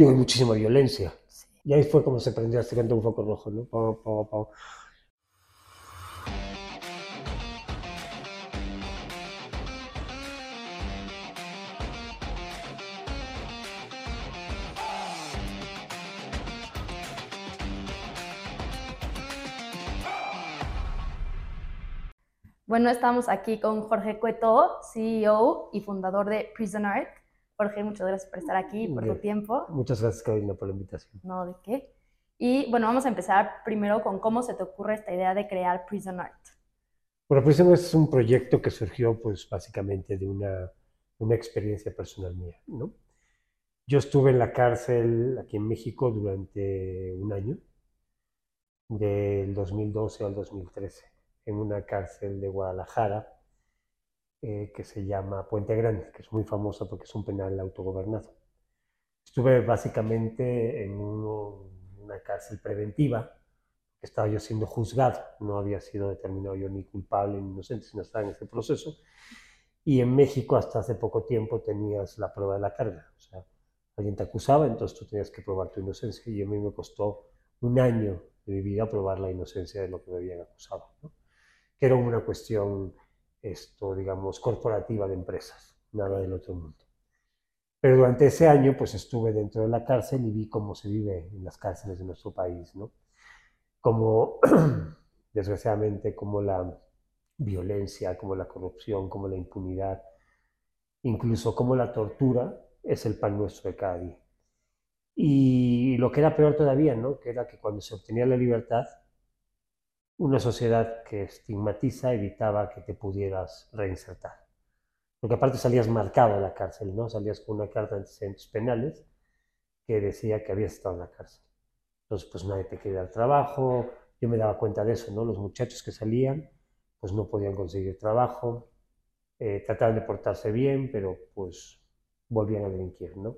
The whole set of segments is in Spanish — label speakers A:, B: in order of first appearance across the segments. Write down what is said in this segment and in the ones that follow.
A: Digo, hay muchísima violencia.
B: Sí.
A: Y ahí fue como se prendió este canto un foco rojo, ¿no? Pa, pa, pa.
B: Bueno, estamos aquí con Jorge Cueto, CEO y fundador de Prison Art. Jorge, muchas gracias por estar aquí y por tu tiempo.
A: Muchas gracias, Carolina, por la invitación.
B: No, ¿de qué? Y bueno, vamos a empezar primero con cómo se te ocurre esta idea de crear Prison Art.
A: Bueno, Prison es un proyecto que surgió, pues, básicamente de una experiencia personal mía, ¿no? Yo estuve en la cárcel aquí en México durante un año, del 2012 al 2013, en una cárcel de Guadalajara que se llama Puente Grande, que es muy famosa porque es un penal autogobernado. Estuve básicamente en una cárcel preventiva, que estaba yo siendo juzgado, no había sido determinado yo ni culpable ni inocente, sino estaba en ese proceso. Y en México hasta hace poco tiempo tenías la prueba de la carga, o sea, alguien te acusaba, entonces tú tenías que probar tu inocencia y a mí me costó un año de mi vida probar la inocencia de lo que me habían acusado, ¿no? Que era una cuestión, digamos, corporativa de empresas, nada del otro mundo. Pero durante ese año, pues estuve dentro de la cárcel y vi cómo se vive en las cárceles de nuestro país, ¿no? Como, desgraciadamente, como la violencia, como la corrupción, como la impunidad, incluso como la tortura es el pan nuestro de cada día. Y lo que era peor todavía, ¿no? Que era que cuando se obtenía la libertad, una sociedad que estigmatiza evitaba que te pudieras reinsertar. Porque aparte salías marcado de la cárcel, ¿no? Salías con una carta de antecedentes penales que decía que habías estado en la cárcel. Entonces, pues nadie te quería dar trabajo. Yo me daba cuenta de eso, ¿no? Los muchachos que salían, pues no podían conseguir trabajo, trataban de portarse bien, pero pues volvían a delinquir, ¿no?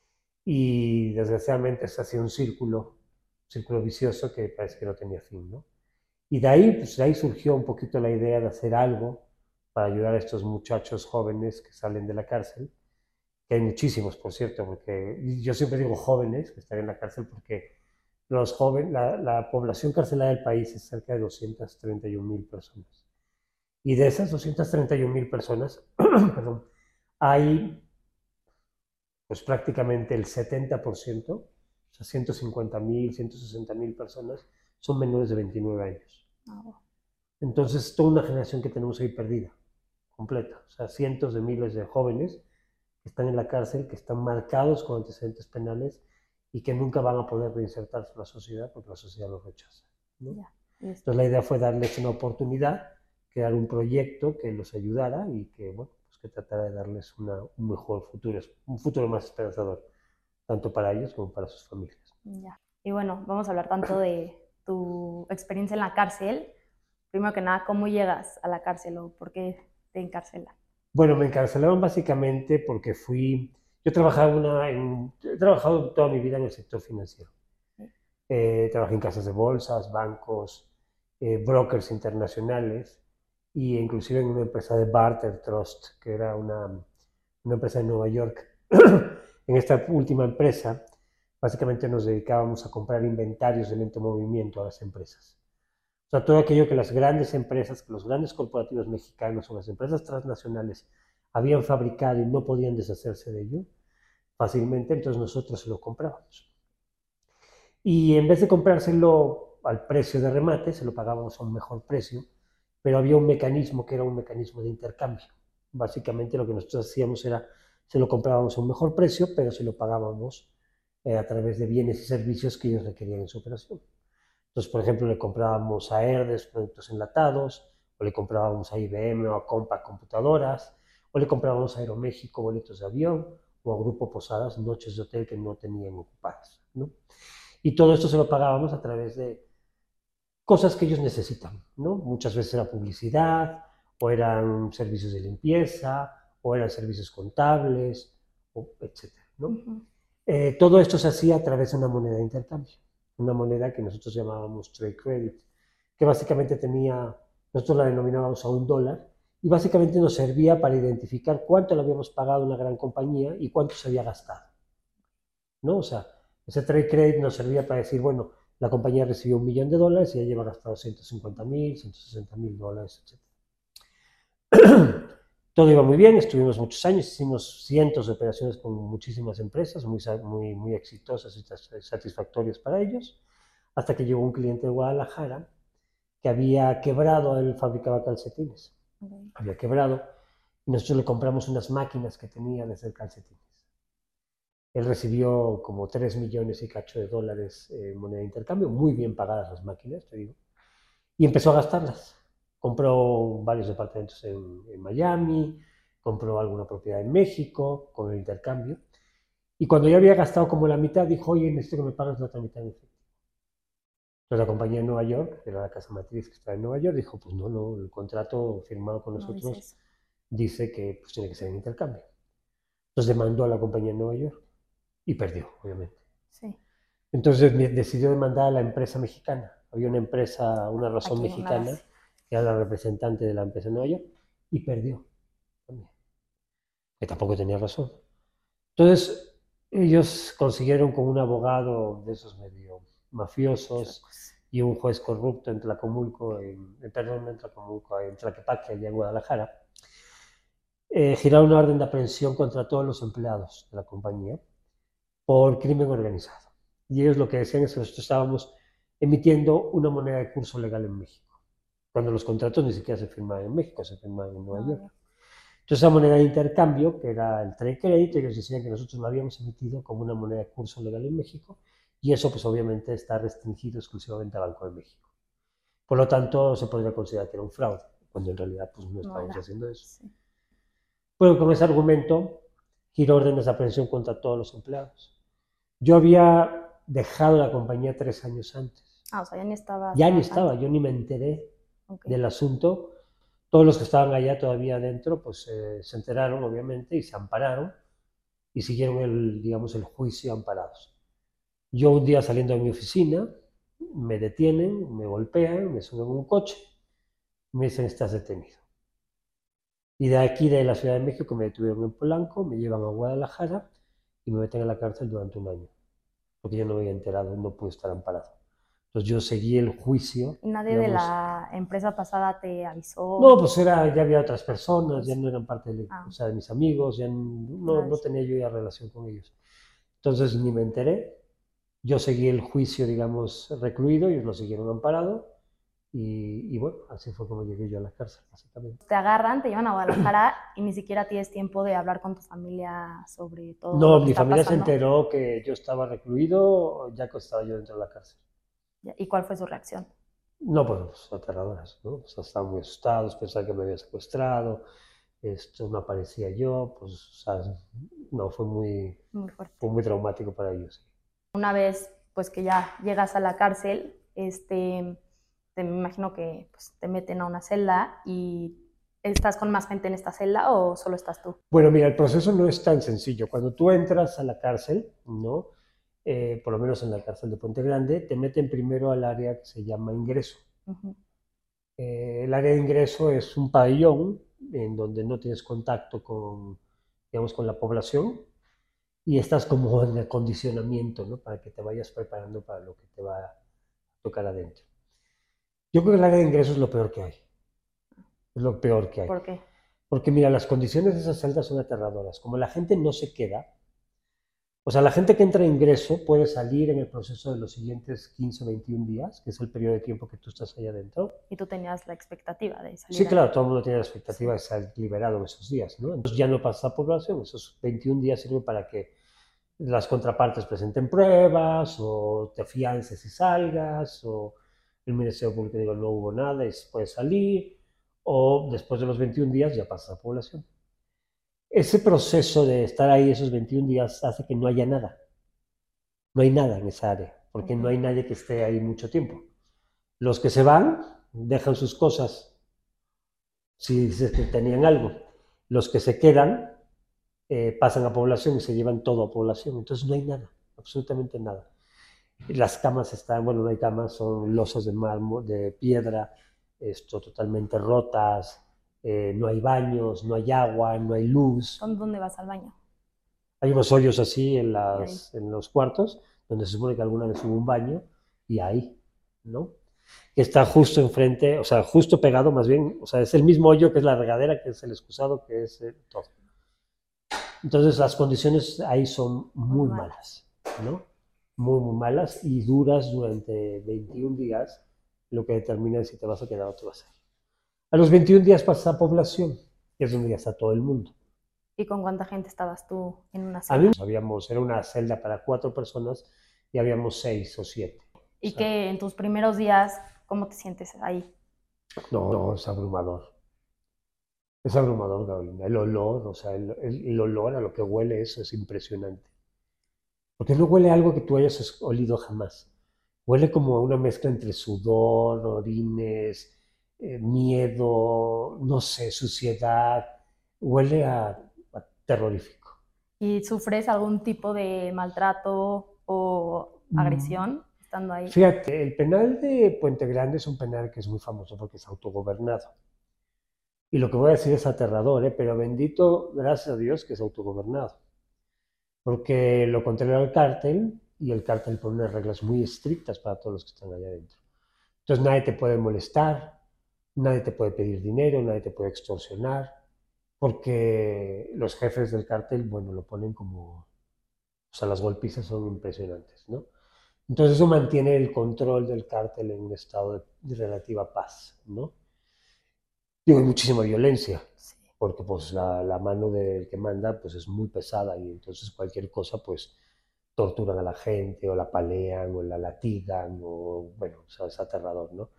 A: Y desgraciadamente se hacía un círculo vicioso que parece que no tenía fin, ¿no? Y de ahí, pues de ahí surgió un poquito la idea de hacer algo para ayudar a estos muchachos jóvenes que salen de la cárcel, que hay muchísimos, por cierto, porque yo siempre digo jóvenes que están en la cárcel porque los jóvenes, la población carcelaria del país es cerca de 231.000 personas. Y de esas 231.000 personas, perdón, hay pues prácticamente el 70%, o sea, 150.000, 160.000 personas, son menores de 29 años.
B: Oh.
A: Entonces, toda una generación que tenemos ahí perdida, completa. O sea, cientos de miles de jóvenes que están en la cárcel, que están marcados con antecedentes penales y que nunca van a poder reinsertarse en la sociedad porque la sociedad los rechaza, ¿no?
B: Ya.
A: Entonces, la idea fue darles una oportunidad, crear un proyecto que los ayudara y que, bueno, pues que tratara de darles un mejor futuro, un futuro más esperanzador, tanto para ellos como para sus familias.
B: Ya. Y bueno, vamos a hablar tanto de tu experiencia en la cárcel. Primero que nada, ¿cómo llegas a la cárcel o por qué te encarcelan?
A: Bueno, me encarcelaron básicamente porque yo he trabajado toda mi vida en el sector financiero.
B: Sí.
A: Trabajé en casas de bolsas, bancos, brokers internacionales y inclusive en una empresa de Barter Trust, que era una empresa de Nueva York. En esta última empresa, básicamente nos dedicábamos a comprar inventarios de lento movimiento a las empresas. O sea, todo aquello que las grandes empresas, que los grandes corporativos mexicanos o las empresas transnacionales habían fabricado y no podían deshacerse de ello fácilmente, entonces nosotros se lo comprábamos. Y en vez de comprárselo al precio de remate, se lo pagábamos a un mejor precio, pero había un mecanismo que era un mecanismo de intercambio. Básicamente lo que nosotros hacíamos era, se lo comprábamos a un mejor precio, pero se lo pagábamos a través de bienes y servicios que ellos requerían en su operación. Entonces, por ejemplo, le comprábamos a Herdes productos enlatados, o le comprábamos a IBM o a Compaq computadoras, o le comprábamos a Aeroméxico boletos de avión, o a Grupo Posadas noches de hotel que no tenían ocupadas, ¿no? Y todo esto se lo pagábamos a través de cosas que ellos necesitan, ¿no? Muchas veces era publicidad, o eran servicios de limpieza, o eran servicios contables, etcétera, ¿no?
B: Ujú.
A: Todo esto se hacía a través de una moneda de intercambio, una moneda que nosotros llamábamos trade credit, que básicamente nosotros la denominábamos a $1, y básicamente nos servía para identificar cuánto le habíamos pagado a una gran compañía y cuánto se había gastado. ¿no? O sea, ese trade credit nos servía para decir, bueno, la compañía recibió $1.000.000 y ya lleva gastado 150.000, $160.000, etc. Todo iba muy bien, estuvimos muchos años, hicimos cientos de operaciones con muchísimas empresas, muy exitosas y satisfactorias para ellos, hasta que llegó un cliente de Guadalajara que había quebrado, él fabricaba calcetines, había quebrado, y nosotros le compramos unas máquinas que tenía de hacer calcetines. Él recibió como 3 millones y cacho de dólares en moneda de intercambio, muy bien pagadas las máquinas, te digo, y empezó a gastarlas. Compró varios departamentos en Miami, compró alguna propiedad en México con el intercambio, y cuando ya había gastado como la mitad, dijo, oye, necesito que me pagues la otra mitad en efectivo. Entonces la compañía en Nueva York, que era la casa matriz que estaba en Nueva York, dijo, pues no, el contrato firmado con
B: No dice
A: nosotros
B: eso.
A: dice que pues, tiene que ser en intercambio. Entonces demandó a la compañía en Nueva York y perdió, obviamente.
B: Sí.
A: Entonces decidió demandar a la empresa mexicana. Había una empresa, una razón
B: Aquí, una
A: mexicana,
B: base.
A: que era la representante de la empresa en Nueva York, y perdió también, que tampoco tenía razón. Entonces, ellos consiguieron con un abogado de esos medio mafiosos
B: Chuecos.
A: y un juez corrupto en Tlacomulco, perdón, en Tlacomulco, en Tlaquepaque, allá en Guadalajara, girar una orden de aprehensión contra todos los empleados de la compañía por crimen organizado. Y ellos lo que decían es que nosotros estábamos emitiendo una moneda de curso legal en México, cuando los contratos ni siquiera se firmaban en México, se firmaban en Nueva
B: No,
A: York.
B: ya.
A: Entonces, esa moneda de intercambio, que era el trade credit, ellos decían que nosotros lo habíamos emitido como una moneda de curso legal en México, y eso pues obviamente está restringido exclusivamente al Banco de México. Por lo tanto, se podría considerar que era un fraude, cuando en realidad pues no
B: No
A: estábamos
B: era.
A: haciendo eso.
B: Sí.
A: Bueno, con ese argumento, giró órdenes de aprehensión contra todos los empleados. Yo había dejado la compañía 3 años antes.
B: Ah, o sea, ya ni estabas
A: Ya ni
B: trabajando.
A: estaba, yo ni me enteré
B: Ok.
A: del asunto. Todos los que estaban allá todavía adentro, pues se enteraron, obviamente, y se ampararon y siguieron digamos, el juicio amparados. Yo un día saliendo de mi oficina, me detienen, me golpean, me suben a un coche, me dicen, estás detenido. Y de aquí, de la Ciudad de México, me detuvieron en Polanco, me llevan a Guadalajara y me meten en la cárcel durante un año, porque yo no me había enterado, no pude estar amparado. Entonces yo seguí el juicio,
B: ¿Y nadie de
A: digamos.
B: la empresa pasada te
A: No,
B: avisó?
A: pues ya había otras personas, ya
B: Pues,
A: no eran parte o
B: ah,
A: sea, de mis amigos, ya no,
B: nada de
A: no
B: eso.
A: tenía yo ya relación con ellos. Entonces ni me enteré, yo seguí el juicio, digamos, recluido, ellos lo siguieron amparado, y bueno, así fue como llegué yo a la cárcel, básicamente.
B: Te agarran, te llevan a Guadalajara y ni siquiera tienes tiempo de hablar con tu familia sobre todo
A: No,
B: lo que
A: mi
B: está
A: familia se
B: pasando.
A: enteró que yo estaba recluido, ya que estaba yo dentro de la cárcel.
B: ¿Y cuál fue su reacción?
A: No, pues aterradoras, ¿no? O sea, estaban muy asustados, pensaban que me había secuestrado, esto no aparecía yo, pues, o sea, no,
B: Muy fuerte.
A: fue muy traumático para ellos.
B: Una vez pues que ya llegas a la cárcel, te me imagino que pues, te meten a una celda y ¿estás con más gente en esta celda o solo estás tú?
A: Bueno, mira, el proceso no es tan sencillo. Cuando tú entras a la cárcel, ¿no? Por lo menos en la cárcel de Puente Grande, te meten primero al área que se llama ingreso.
B: Ujú.
A: El área de ingreso es un pabellón en donde no tienes contacto digamos, con la población y estás como en acondicionamiento, ¿no? Para que te vayas preparando para lo que te va a tocar adentro. Yo creo que el área de ingreso es lo peor que hay. Es lo peor que hay.
B: ¿Por qué?
A: Porque mira, las condiciones de esas celdas son aterradoras. Como la gente no se queda, o sea, la gente que entra a ingreso puede salir en el proceso de los siguientes 15 o 21 días, que es el periodo de tiempo que tú estás ahí adentro.
B: Y tú tenías la expectativa de
A: Sí,
B: salir a...
A: claro, todo el mundo tiene la expectativa
B: Sí.
A: de ser liberado en esos días, ¿no? Entonces ya no pasa población, esos 21 días sirven para que las contrapartes presenten pruebas o te fiances y salgas, o el Ministerio Público diga no hubo nada y puedes salir, o después de los 21 días ya pasa a población. Ese proceso de estar ahí esos 21 días hace que no haya nada. No hay nada en esa área, porque no
B: Okay.
A: hay nadie que esté ahí mucho tiempo. Los que se van dejan sus cosas si tenían algo. Los que se quedan pasan a población y se llevan todo a población. Entonces no hay nada, absolutamente nada. Las camas están, bueno, no hay camas, son losas de mármol, de piedra, totalmente rotas, no hay baños, no hay agua, no hay luz.
B: ¿Dónde vas al baño?
A: Hay unos hoyos así en,
B: Y ahí.
A: en los cuartos, donde se supone que alguna vez hubo un baño, y ahí, ¿no? Que está justo enfrente, o sea, justo pegado más bien, o sea, es el mismo hoyo que es la regadera, que es el excusado, que es todo. Entonces las condiciones ahí son
B: Muy
A: muy
B: malas.
A: malas, ¿no? Muy, muy malas y duras durante 21 días, lo que determina si te vas a quedar o te vas a ir. A los 21 días pasa a población, que es donde ya está todo el mundo.
B: ¿Y con cuánta gente estabas tú en una
A: A mí
B: celda?
A: habíamos, era una celda para 4 personas y habíamos 6 o 7. O
B: Y
A: sea,
B: que en tus primeros días, ¿cómo te sientes ahí?
A: no, no, es abrumador. Es abrumador, Carolina. El olor, o sea, el olor a lo que huele eso es impresionante. Porque no huele a algo que tú hayas olido jamás. Huele como a una mezcla entre sudor, orines, miedo, no sé, suciedad. Huele a terrorífico.
B: ¿Y sufres algún tipo de maltrato o
A: Mm,
B: agresión estando ahí?
A: Fíjate, el penal de Puente Grande es un penal que es muy famoso porque es autogobernado. Y lo que voy a decir es aterrador, ¿eh? Pero bendito, gracias a Dios, que es autogobernado. Porque lo contrario al cártel, y el cártel pone unas reglas muy estrictas para todos los que están allá adentro. Entonces nadie te puede molestar, nadie te puede pedir dinero, nadie te puede extorsionar, porque los jefes del cártel, bueno, lo ponen como, o sea, las golpizas son impresionantes, ¿no? Entonces eso mantiene el control del cártel en un estado de relativa paz, ¿no? Digo, hay muchísima violencia,
B: Sí.
A: porque pues la mano del que manda pues es muy pesada y entonces cualquier cosa pues torturan a la gente o la palean o la latigan o bueno, o sea, es aterrador, ¿no?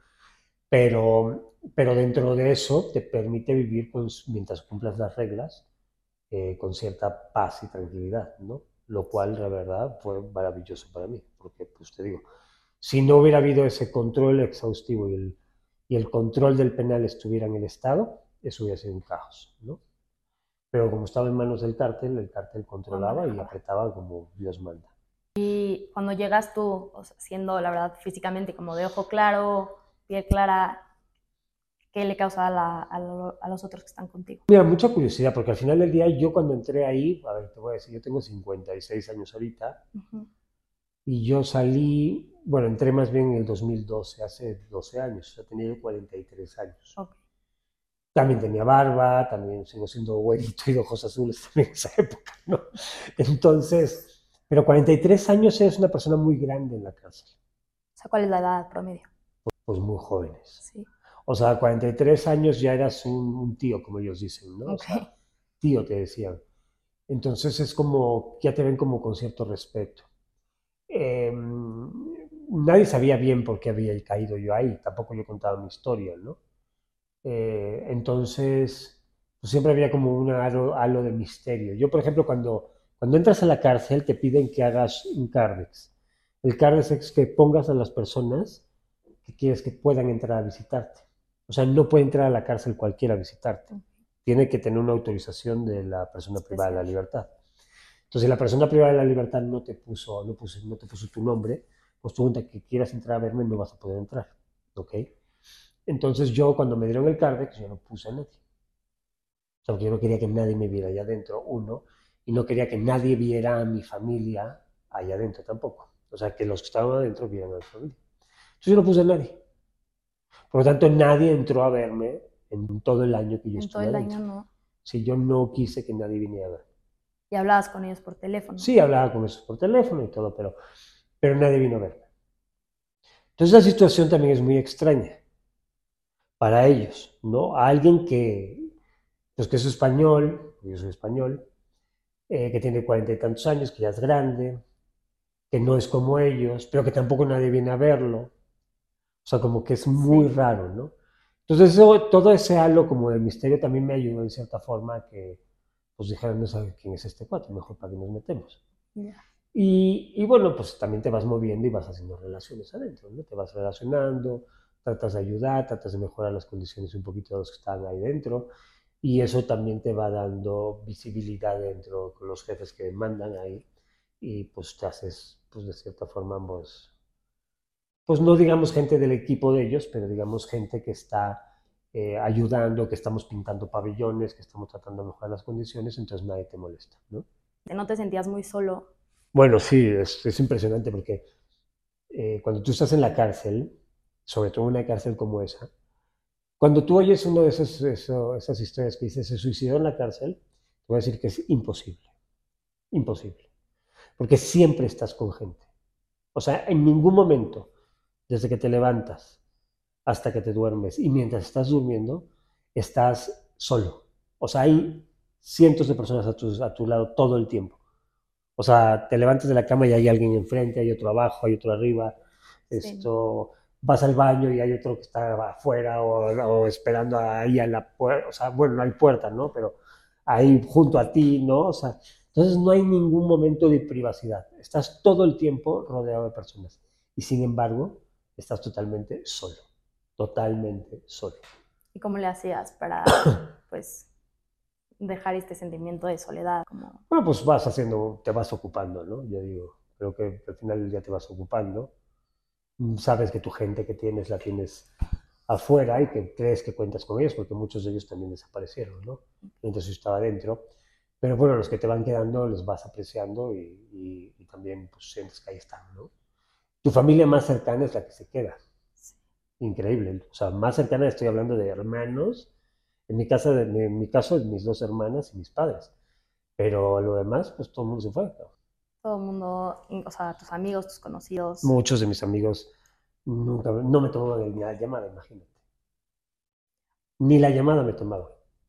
A: Pero dentro de eso te permite vivir mientras cumplas las reglas con cierta paz y tranquilidad, ¿no? Lo cual, la verdad, fue maravilloso para mí, porque, pues te digo, si no hubiera habido ese control exhaustivo y el control del penal estuviera en el Estado, eso hubiera sido un caos, ¿no? Pero como estaba en manos del cártel, el cártel
B: Lo
A: controlaba y
B: manejaba.
A: apretaba como Dios manda.
B: Y cuando llegas tú, o sea, siendo la verdad físicamente como de ojo claro, piel clara, ¿qué le causa a los otros que están contigo?
A: Mira, mucha curiosidad, porque al final del día yo cuando entré ahí, a ver, te voy a decir, yo tengo 56 años ahorita,
B: Ujú.
A: y yo salí, bueno, entré más bien en el 2012, hace 12 años, o sea, tenía yo 43 años.
B: Ok.
A: También tenía barba, también sigo siendo güerito y de ojos azules también en esa época, ¿no? Entonces, pero 43 años es una persona muy grande en la cárcel,
B: O sea, ¿cuál es la edad promedio?
A: pues muy jóvenes.
B: Sí.
A: O sea, 43 años ya eras un tío, como ellos dicen, ¿no? O
B: Ok.
A: sea, tío te decían. Entonces es como, ya te ven como con cierto respeto. Nadie sabía bien por qué había caído yo ahí, tampoco yo contaba mi historia, ¿no? Entonces, pues siempre había como un halo de misterio. Yo, por ejemplo, cuando entras a la cárcel te piden que hagas un CARDEX. El CARDEX es que pongas a las personas que quieres que puedan entrar a visitarte. O sea, no puede entrar a la cárcel cualquiera a visitarte. Tiene que tener una autorización de la persona privada de la
B: Especial.
A: libertad. Entonces, si la persona privada de la libertad no te puso tu nombre, pues tú, que quieras entrar a verme, no vas a poder entrar. ¿Ok? Entonces, yo, cuando me dieron el CARDEX, yo no puse a nadie. O sea, porque yo no quería que nadie me viera allá adentro, uno, y no quería que nadie viera a mi familia allá adentro tampoco. O sea, que los que estaban adentro vieran a mi familia. Entonces, yo no puse a nadie. Por lo tanto, nadie entró a verme en todo el año que yo
B: En todo
A: estuve
B: el
A: adentro.
B: año no.
A: Si yo no quise que nadie viniera a ver.
B: Y hablabas con ellos por teléfono.
A: Sí, hablaba con ellos por teléfono y todo, pero nadie vino a verme. Entonces, la situación también es muy extraña para ellos, ¿no? A alguien pues que es español, yo soy español, que tiene 40 y tantos años, que ya es grande, que no es como ellos, pero que tampoco nadie viene a verlo. O sea, como que es muy
B: Sí.
A: raro, ¿no? Entonces, todo ese halo como de misterio también me ayudó en cierta forma a que, pues dijeran, no sabe quién es este cuate, mejor para que nos metemos.
B: Ya.
A: Y bueno, pues también te vas moviendo y vas haciendo relaciones adentro, ¿no? Te vas relacionando, tratas de ayudar, tratas de mejorar las condiciones un poquito de los que están ahí dentro. Y eso también te va dando visibilidad dentro con los jefes que mandan ahí. Y pues te haces, pues de cierta forma, pues no digamos gente del equipo de ellos, pero digamos gente que está ayudando, que estamos pintando pabellones, que estamos tratando de mejorar las condiciones, entonces nadie te molesta, ¿no?
B: ¿No te sentías muy solo?
A: Bueno, sí, es impresionante porque cuando tú estás en la cárcel, sobre todo en una cárcel como esa, cuando tú oyes uno de esas historias que dice se suicidó en la cárcel, te voy a decir que es imposible, imposible, porque siempre estás con gente. O sea, en ningún momento, desde que te levantas hasta que te duermes y mientras estás durmiendo, estás solo. O sea, hay cientos de personas a tu lado todo el tiempo. O sea, te levantas de la cama y hay alguien enfrente, hay otro abajo, hay otro arriba.
B: Sí.
A: Vas al baño y hay otro que está afuera o esperando ahí a la puerta. O sea, bueno, no hay puerta, ¿no? Pero ahí junto a ti, ¿no? O sea, entonces no hay ningún momento de privacidad. Estás todo el tiempo rodeado de personas. Y sin embargo, estás totalmente solo. Totalmente solo.
B: ¿Y cómo le hacías para, pues, dejar este sentimiento de soledad? Como...
A: Bueno, pues vas haciendo, te vas ocupando, ¿no? Yo digo, creo que al final del día te vas ocupando. Sabes que tu gente que tienes la tienes afuera y que crees que cuentas con ellos, porque muchos de ellos también desaparecieron, ¿no? Mientras yo estaba dentro. Pero bueno, los que te van quedando los vas apreciando y también pues, sientes que ahí están, ¿no? Tu familia más cercana es la que se queda. Increíble. O sea, más cercana estoy hablando de hermanos. En mi caso, mis dos hermanas y mis padres. Pero lo demás, pues todo el mundo se fue.
B: Todo el mundo, o sea, tus amigos, tus conocidos,
A: Muchos de mis amigos nunca, no me tomaban la llamada, imagínate. Ni la llamada me tomaban.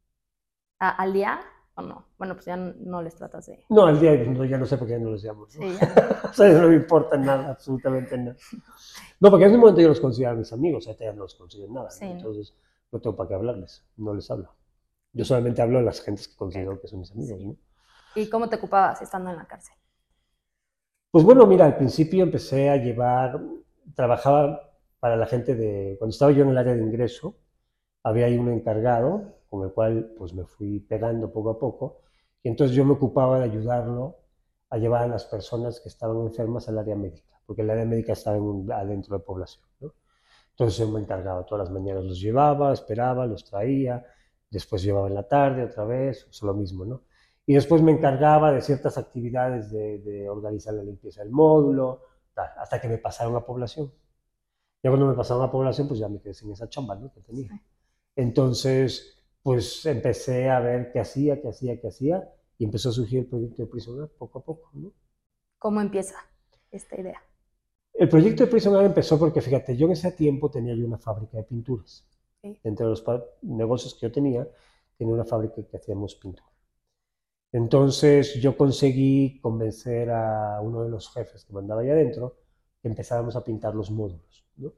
B: ¿al día o no? Bueno, pues ya no les tratas de...
A: No, al día no, ya no sé por qué ya no los llamo, ¿no?
B: Sí, ya no.
A: O sea, no me importa nada, absolutamente nada. No, porque en ese momento yo los consideraba mis amigos, ahorita ya no los considero nada, ¿no?
B: Sí, ¿no?
A: Entonces no tengo para qué hablarles, no les hablo. Yo
B: Y,
A: solamente hablo a las gentes que
B: ok,
A: considero que son mis amigos,
B: sí.
A: ¿no?
B: ¿Y cómo te ocupabas estando en la cárcel?
A: Pues bueno, mira, al principio empecé a llevar, trabajaba para la gente cuando estaba yo en el área de ingreso, había ahí un encargado con el cual pues me fui pegando poco a poco y entonces yo me ocupaba de ayudarlo a llevar a las personas que estaban enfermas al área médica, porque el área médica estaba adentro de población, ¿no? Entonces yo me encargaba, todas las mañanas los llevaba, esperaba, los traía, después llevaba en la tarde otra vez, eso lo mismo, ¿no? Y después me encargaba de ciertas actividades de organizar la limpieza del módulo, tal, hasta que me pasaron a población. Ya cuando me pasaron a población, pues ya me quedé sin esa chamba, ¿no? Que tenía.
B: Sí.
A: Entonces, pues empecé a ver qué hacía, qué hacía, qué hacía, y empezó a surgir el proyecto de Prisoner poco a poco, ¿no?
B: ¿Cómo empieza esta idea?
A: El proyecto de Prisoner empezó porque, fíjate, yo en ese tiempo tenía yo una fábrica de pinturas.
B: Sí.
A: Entre los negocios que yo tenía una fábrica que hacíamos pintura. Entonces yo conseguí convencer a uno de los jefes que mandaba ahí adentro que empezáramos a pintar los módulos, ¿no?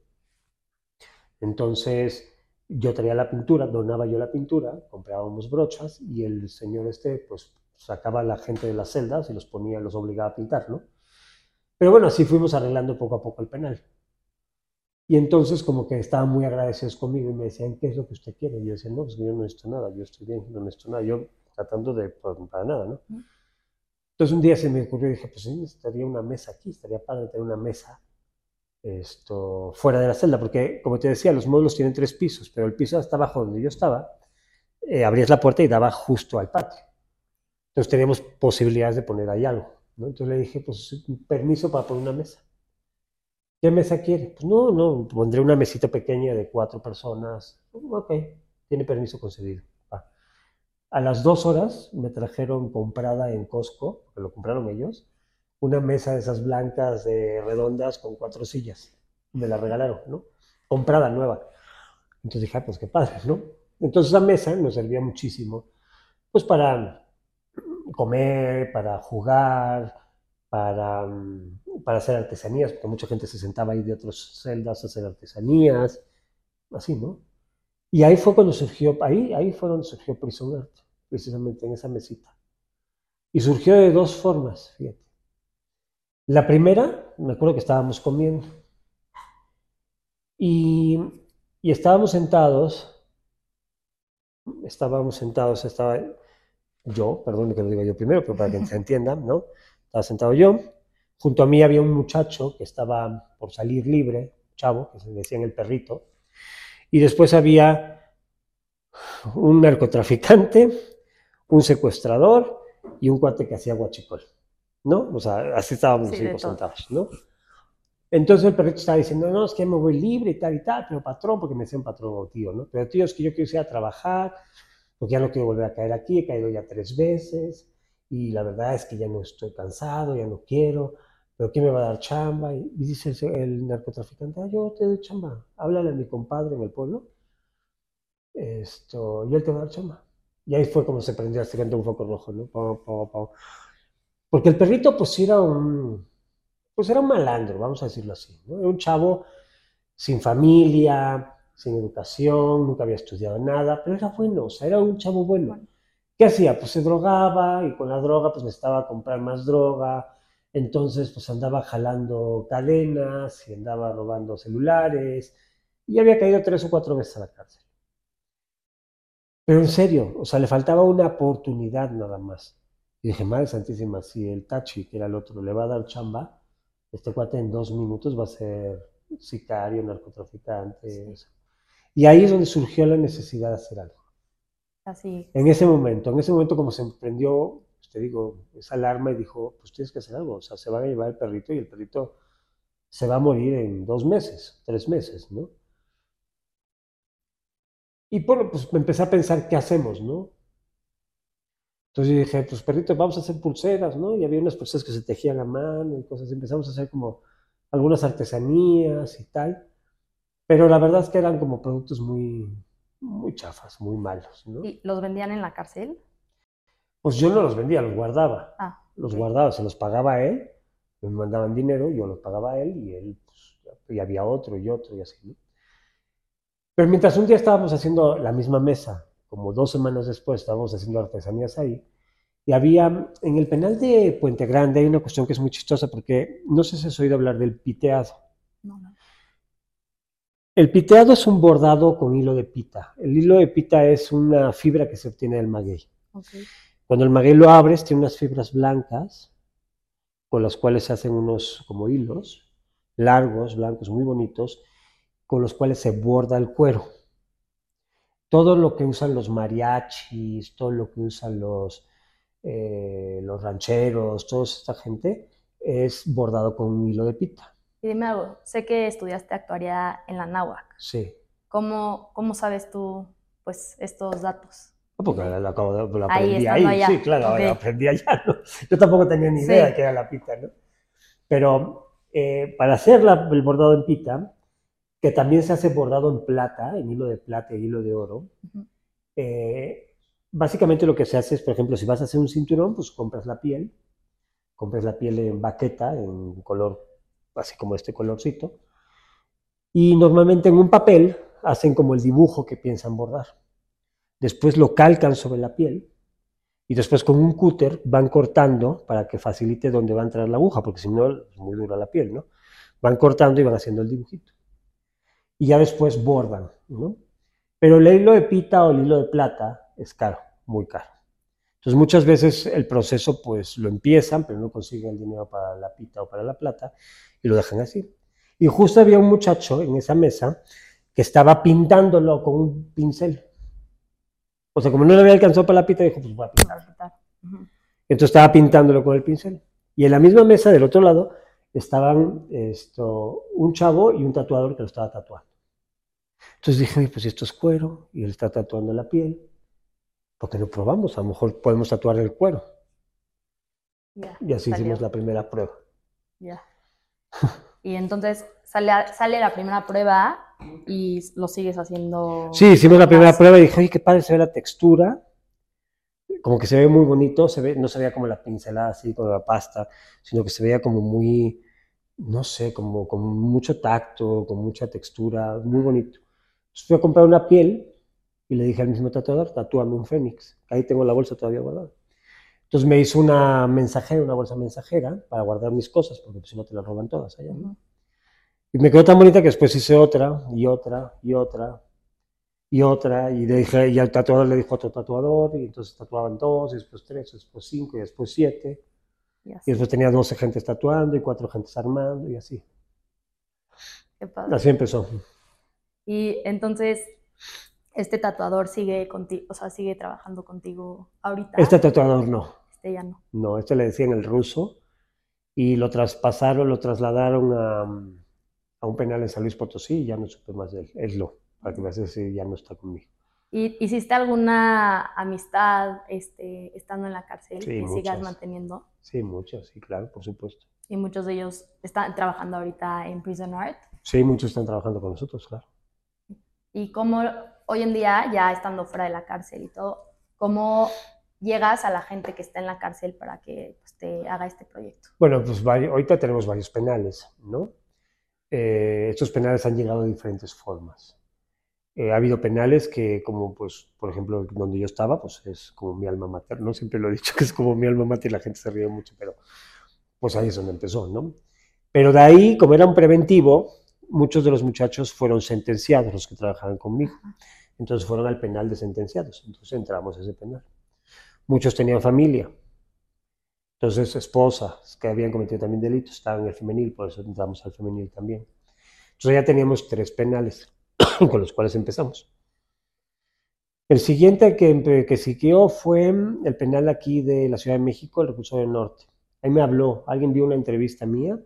A: Entonces yo traía la pintura, donaba yo la pintura, comprábamos brochas y el señor este pues sacaba a la gente de las celdas y los ponía, los obligaba a pintar, ¿no? Pero bueno, así fuimos arreglando poco a poco el penal. Y entonces como que estaban muy agradecidos conmigo y me decían, ¿qué es lo que usted quiere? Y yo decía, no, pues yo no necesito nada, yo estoy bien, no necesito nada, yo tratando de, pues, para nada, ¿no? Entonces un día se me ocurrió y dije, pues sí, necesitaría una mesa aquí, estaría padre tener una mesa fuera de la celda, porque como te decía, los módulos tienen 3 pisos, pero el piso hasta abajo donde yo estaba, abrías la puerta y daba justo al patio. Entonces teníamos posibilidades de poner ahí algo, ¿no? Entonces le dije, pues permiso para poner una mesa. ¿Qué mesa quiere? Pues no, no, pondré una mesita pequeña de 4 personas. Ok, tiene permiso concedido. Va. A las 2 horas me trajeron comprada en Costco, porque lo compraron ellos, una mesa de esas blancas redondas con 4 sillas. Me la regalaron, ¿no? Comprada, nueva. Entonces dije, pues qué padre, ¿no? Entonces la mesa nos servía muchísimo, pues para comer, para jugar, para hacer artesanías, porque mucha gente se sentaba ahí de otras celdas a hacer artesanías, así, ¿no? Y ahí fue cuando surgió, ahí fue donde surgió Prison Art, precisamente en esa mesita. Y surgió de 2 formas, fíjate. La primera, me acuerdo que estábamos comiendo y, y estaba yo, perdón que lo diga yo primero, pero para que se entienda, ¿no? Estaba sentado yo, junto a mí había un muchacho que estaba por salir libre, chavo, que se le decía el perrito, y después había un narcotraficante, un secuestrador y un cuate que hacía guachicol, ¿no? O sea, así estábamos los
B: Sí, de
A: cinco
B: todo.
A: sentados, ¿no? Entonces el perrito estaba diciendo, no, es que me voy libre y tal, pero patrón, porque me decían patrón o tío, ¿no? Pero tío, es que yo quiero ir a trabajar, porque ya no quiero volver a caer aquí, he caído ya 3 veces, y la verdad es que ya no estoy cansado, ya no quiero, pero ¿quién me va a dar chamba? Y dice el narcotraficante, ah, yo te doy chamba, háblale a mi compadre en el pueblo, y él te va a dar chamba. Y ahí fue como se prendió hasta un foco rojo, ¿no? Pau, pau, pau. Porque el perrito, pues era un malandro, vamos a decirlo así, ¿no? Era un chavo sin familia, sin educación, nunca había estudiado nada, pero era bueno, o sea, era un chavo bueno.
B: Bueno,
A: ¿Qué hacía? Pues se drogaba y con la droga pues necesitaba comprar más droga, entonces pues andaba jalando cadenas y andaba robando celulares y había caído 3 o 4 veces a la cárcel. Pero en serio, o sea, le faltaba una oportunidad nada más. Y dije, Madre Santísima, si el Tachi, que era el otro, le va a dar chamba, este cuate en 2 minutos va a ser sicario, narcotraficante. O
B: sí,
A: sea. Y ahí es donde surgió la necesidad de hacer algo.
B: así.
A: En ese momento como se prendió, pues te digo, esa alarma y dijo, pues tienes que hacer algo. O sea, se va a llevar el perrito y el perrito se va a morir en 2 meses, 3 meses, ¿no? Y bueno, pues me empecé a pensar, ¿qué hacemos, no? Entonces yo dije, pues perrito, vamos a hacer pulseras, ¿no? Y había unas pulseras que se tejían a mano y cosas. Empezamos a hacer como algunas artesanías y tal. Pero la verdad es que eran como productos muy, muy chafas, muy malos, ¿no?
B: ¿Y los vendían en la cárcel?
A: Pues yo no los vendía, los guardaba.
B: Ah,
A: Los
B: ok.
A: guardaba, se los pagaba a él, me mandaban dinero, yo los pagaba a él y él, pues, y había otro y otro y así, ¿no? Pero mientras un día estábamos haciendo la misma mesa, como 2 semanas después estábamos haciendo artesanías ahí, y había, en el penal de Puente Grande hay una cuestión que es muy chistosa porque no sé si has oído hablar del piteado.
B: No, no.
A: El piteado es un bordado con hilo de pita. El hilo de pita es una fibra que se obtiene del maguey.
B: Ok.
A: Cuando el maguey lo abres, tiene unas fibras blancas con las cuales se hacen unos como hilos largos, blancos, muy bonitos, con los cuales se borda el cuero. Todo lo que usan los mariachis, todo lo que usan los rancheros, toda esta gente, es bordado con un hilo de pita.
B: Y dime algo, sé que estudiaste actuaría en la náhuac.
A: Sí.
B: ¿Cómo sabes tú, pues, estos datos?
A: Porque lo
B: Ahí,
A: aprendí
B: estando
A: ahí, sí,
B: allá.
A: claro,
B: Ok.
A: lo aprendí allá. ¿No? Yo tampoco tenía ni idea de qué
B: Sí.
A: era la pita, ¿no? Pero para hacer el bordado en pita, que también se hace bordado en plata, en hilo de plata y hilo de oro,
B: Ujú.
A: eh, básicamente lo que se hace es, por ejemplo, si vas a hacer un cinturón, pues compras la piel en baqueta, en color, así como este colorcito, y normalmente en un papel hacen como el dibujo que piensan bordar. Después lo calcan sobre la piel y después con un cúter van cortando para que facilite donde va a entrar la aguja, porque si no es muy dura la piel, ¿no? Van cortando y van haciendo el dibujito. Y ya después bordan, ¿no? Pero el hilo de pita o el hilo de plata es caro, muy caro. Entonces muchas veces el proceso pues lo empiezan, pero no consiguen el dinero para la pita o para la plata y lo dejan así. Y justo había un muchacho en esa mesa que estaba pintándolo con un pincel. O sea, como no le había alcanzado para la pita, dijo, pues voy a
B: Lo voy
A: pintar.
B: a quitar. Ujú.
A: Entonces estaba pintándolo con el pincel. Y en la misma mesa del otro lado estaban un chavo y un tatuador que lo estaba tatuando. Entonces dije, oye, pues esto es cuero y él está tatuando la piel. ¿Por qué no probamos? A lo mejor podemos tatuar el cuero.
B: Ya,
A: Y así hicimos
B: salió.
A: la primera prueba.
B: Ya. Y entonces sale la primera prueba y lo sigues
A: Sí,
B: haciendo
A: hicimos la primera
B: más.
A: prueba y dije, oye, qué padre se ve la textura. Como que se ve muy bonito, no se veía como la pincelada así con la pasta, sino que se veía como muy, no sé, como con mucho tacto, con mucha textura, muy bonito. Entonces fui a comprar una piel y le dije al mismo tatuador, tatúame un fénix. Ahí tengo la bolsa todavía guardada. Entonces me hizo una bolsa mensajera para guardar mis cosas, porque pues, si no te las roban todas allá, ¿no?
B: Ujú.
A: Y me quedó tan bonita que después hice otra, y otra, y otra, y otra, y le dije, y al tatuador le dijo a otro tatuador, y entonces tatuaban dos, y después tres, y después cinco, y después siete,
B: Y
A: y
B: así.
A: después tenía 12 gentes tatuando, y 4 gentes armando, y así.
B: Qué
A: Así
B: padre.
A: empezó.
B: Y entonces, este tatuador sigue contigo, o sea, sigue trabajando contigo ahorita.
A: Este tatuador no.
B: ya no.
A: No, le decían el ruso y lo trasladaron a un penal en San Luis Potosí y ya no supe más de él. Para que veas si ya no está conmigo.
B: ¿Y hiciste alguna amistad estando en la cárcel
A: Sí,
B: que sigas
A: muchas.
B: manteniendo?
A: Sí, muchos, sí, claro, por supuesto.
B: Y muchos de ellos están trabajando ahorita en Prison Art.
A: Sí, muchos están trabajando con nosotros, claro.
B: Y cómo hoy en día, ya estando fuera de la cárcel y todo, cómo llegas a la gente que está en la cárcel para que pues, te haga este proyecto.
A: Bueno, pues ahorita tenemos varios penales, ¿no? Estos penales han llegado de diferentes formas. Ha habido penales que, como pues, por ejemplo, donde yo estaba, pues es como mi alma mater, ¿no? Siempre lo he dicho que es como mi alma mater y la gente se ríe mucho, pero pues ahí es donde empezó, ¿no? Pero de ahí, como era un preventivo, muchos de los muchachos fueron sentenciados, los que trabajaban conmigo. Entonces fueron al penal de sentenciados. Entonces entramos a ese penal. Muchos tenían familia. Entonces, esposas que habían cometido también delitos estaban en el femenil, por eso entramos al femenil también. Entonces ya teníamos 3 penales con los cuales empezamos. El siguiente que siguió fue el penal aquí de la Ciudad de México, el Reclusorio Norte. Ahí me habló, alguien vio una entrevista mía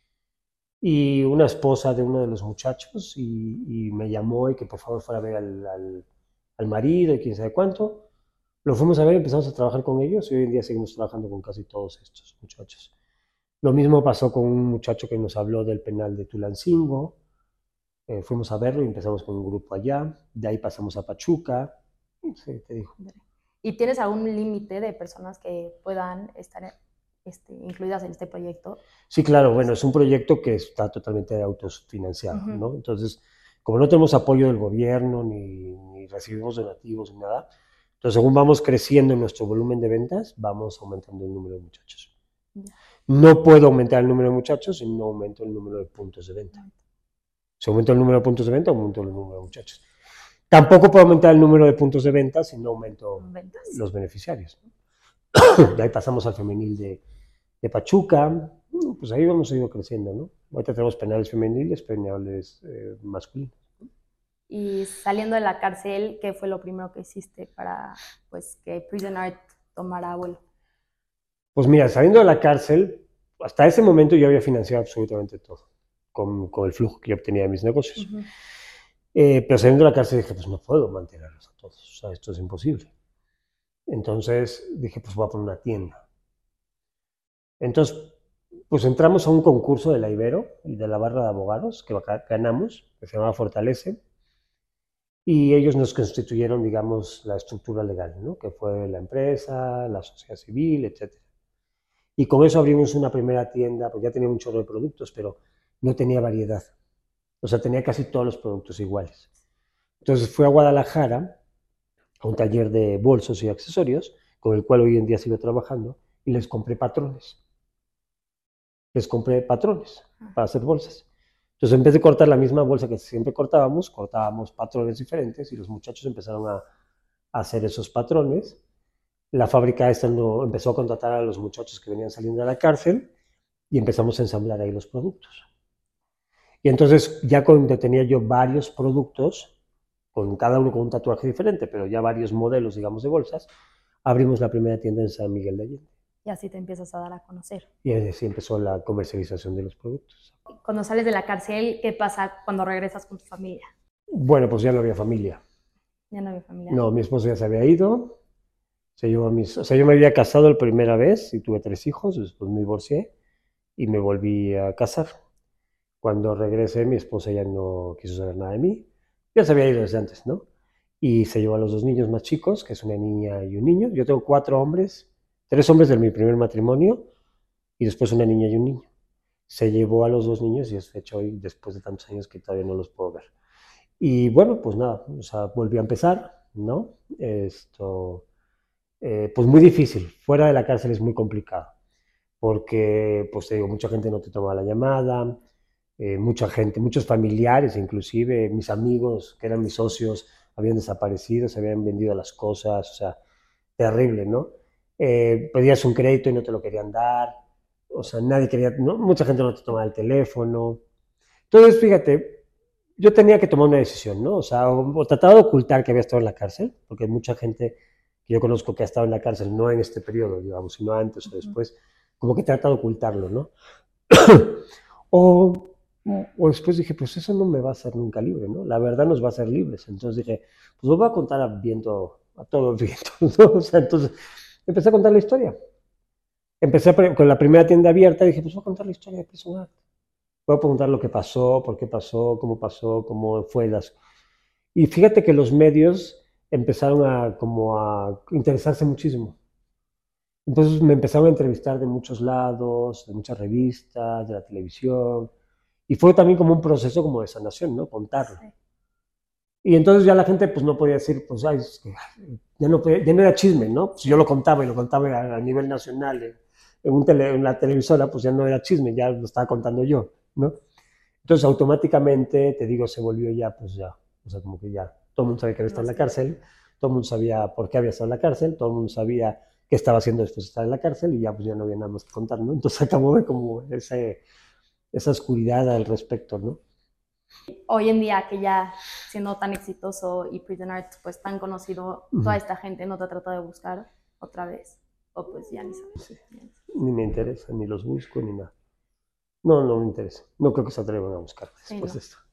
A: y una esposa de uno de los muchachos y me llamó y que por favor fuera a ver al marido y quién sabe cuánto. Lo fuimos a ver, empezamos a trabajar con ellos y hoy en día seguimos trabajando con casi todos estos muchachos. Lo mismo pasó con un muchacho que nos habló del penal de Tulancingo. Fuimos a verlo y empezamos con un grupo allá. De ahí pasamos a Pachuca. Sí, te digo.
B: ¿Y tienes algún límite de personas que puedan estar incluidas en este proyecto?
A: Sí, claro. Bueno, es un proyecto que está totalmente autofinanciado, ¿no? Entonces, como no tenemos apoyo del gobierno ni recibimos donativos ni nada, entonces según vamos creciendo en nuestro volumen de ventas, vamos aumentando el número de muchachos. No puedo aumentar el número de muchachos si no aumento el número de puntos de venta. Si aumento el número de puntos de venta, aumento el número de muchachos. Tampoco puedo aumentar el número de puntos de venta si no aumento los beneficiarios. De ahí pasamos al femenil de Pachuca. Pues ahí hemos ido creciendo, ¿no? Ahorita tenemos penales femeniles, penales masculinos.
B: Y saliendo de la cárcel, ¿qué fue lo primero que hiciste para pues, que Prison Art tomara vuelo?
A: Pues mira, saliendo de la cárcel, hasta ese momento yo había financiado absolutamente todo con el flujo que yo obtenía de mis negocios. Pero saliendo de la cárcel dije, pues no puedo mantenerlos a todos, o sea, esto es imposible. Entonces dije, pues voy a poner una tienda. Entonces, pues entramos a un concurso de la Ibero y de la barra de abogados que ganamos, que se llamaba Fortalece, y ellos nos constituyeron, digamos, la estructura legal, ¿no? Que fue la empresa, la sociedad civil, etc. Y con eso abrimos una primera tienda, pues ya tenía un chorro de productos, pero no tenía variedad. O sea, tenía casi todos los productos iguales. Entonces fui a Guadalajara, a un taller de bolsos y accesorios, con el cual hoy en día sigo trabajando, y les compré patrones. Para hacer bolsas. Entonces, en vez de cortar la misma bolsa que siempre cortábamos patrones diferentes y los muchachos empezaron a hacer esos patrones. La fábrica esta empezó a contratar a los muchachos que venían saliendo de la cárcel y empezamos a ensamblar ahí los productos. Y entonces, ya cuando tenía yo varios productos, con cada uno con un tatuaje diferente, pero ya varios modelos, digamos, de bolsas, abrimos la primera tienda en San Miguel de Allende.
B: Y así te empiezas a dar a conocer.
A: Y así empezó la comercialización de los productos.
B: Cuando sales de la cárcel, ¿qué pasa cuando regresas con tu familia?
A: Bueno, pues ya no había familia.
B: Ya no había familia.
A: No, mi esposo ya se había ido. Yo me había casado la primera vez y tuve 3 hijos, después me divorcié y me volví a casar. Cuando regresé, mi esposa ya no quiso saber nada de mí. Ya se había ido desde antes, ¿no? Y se llevó a los 2 niños más chicos, que es una niña y un niño. Yo tengo 4 hombres, 3 hombres de mi primer matrimonio y después una niña y un niño. Se llevó a los 2 niños y es fecha hoy, después de tantos años que todavía no los puedo ver. Y bueno, pues nada, o sea, volví a empezar, ¿no? Pues muy difícil. Fuera de la cárcel es muy complicado, porque, pues te digo, mucha gente no te toma la llamada, mucha gente, muchos familiares, inclusive mis amigos, que eran mis socios, habían desaparecido, se habían vendido las cosas, o sea, terrible, ¿no? Pedías un crédito y no te lo querían dar, o sea, nadie quería, ¿no? Mucha gente no te tomaba el teléfono. Entonces, fíjate, yo tenía que tomar una decisión, ¿no? O sea, o trataba de ocultar que había estado en la cárcel, porque mucha gente que yo conozco que ha estado en la cárcel, no en este periodo, digamos, sino antes o después, como que trata de ocultarlo, ¿no? o, o después dije, pues eso no me va a hacer nunca libre, ¿no? La verdad nos va a hacer libres. Entonces dije, pues lo voy a contar a viento, a todos vientos, ¿no? O sea, entonces empecé a contar la historia. Con la primera tienda abierta, dije, pues voy a contar la historia de Prison Art. Voy a preguntar lo que pasó, por qué pasó, cómo fue las... Y fíjate que los medios empezaron a como a interesarse muchísimo. Entonces me empezaron a entrevistar de muchos lados, de muchas revistas, de la televisión. Y fue también como un proceso como de sanación, ¿no? Contarlo.
B: Sí.
A: Y entonces ya la gente pues no podía decir, pues ay, es que ya no era chisme, ¿no? Pues yo lo contaba y lo contaba a nivel nacional. En la televisora pues ya no era chisme, ya lo estaba contando yo, ¿no? Entonces automáticamente, te digo, se volvió ya, pues ya, o sea, como que ya todo el mundo sabía que había estado en la cárcel, todo el mundo sabía por qué había estado en la cárcel, todo el mundo sabía qué estaba haciendo después de estar en la cárcel y ya pues ya no había nada más que contar, ¿no? Entonces acabó de como esa oscuridad al respecto, ¿no?
B: Hoy en día que ya siendo tan exitoso y Prison Art pues tan conocido, toda esta gente no te trata de buscar otra vez, o pues ya ni sabes.
A: Sí. Ni me interesa, ni los busco, ni nada. No, no me interesa. No creo que se atrevan a buscar después
B: Sí,
A: de esto.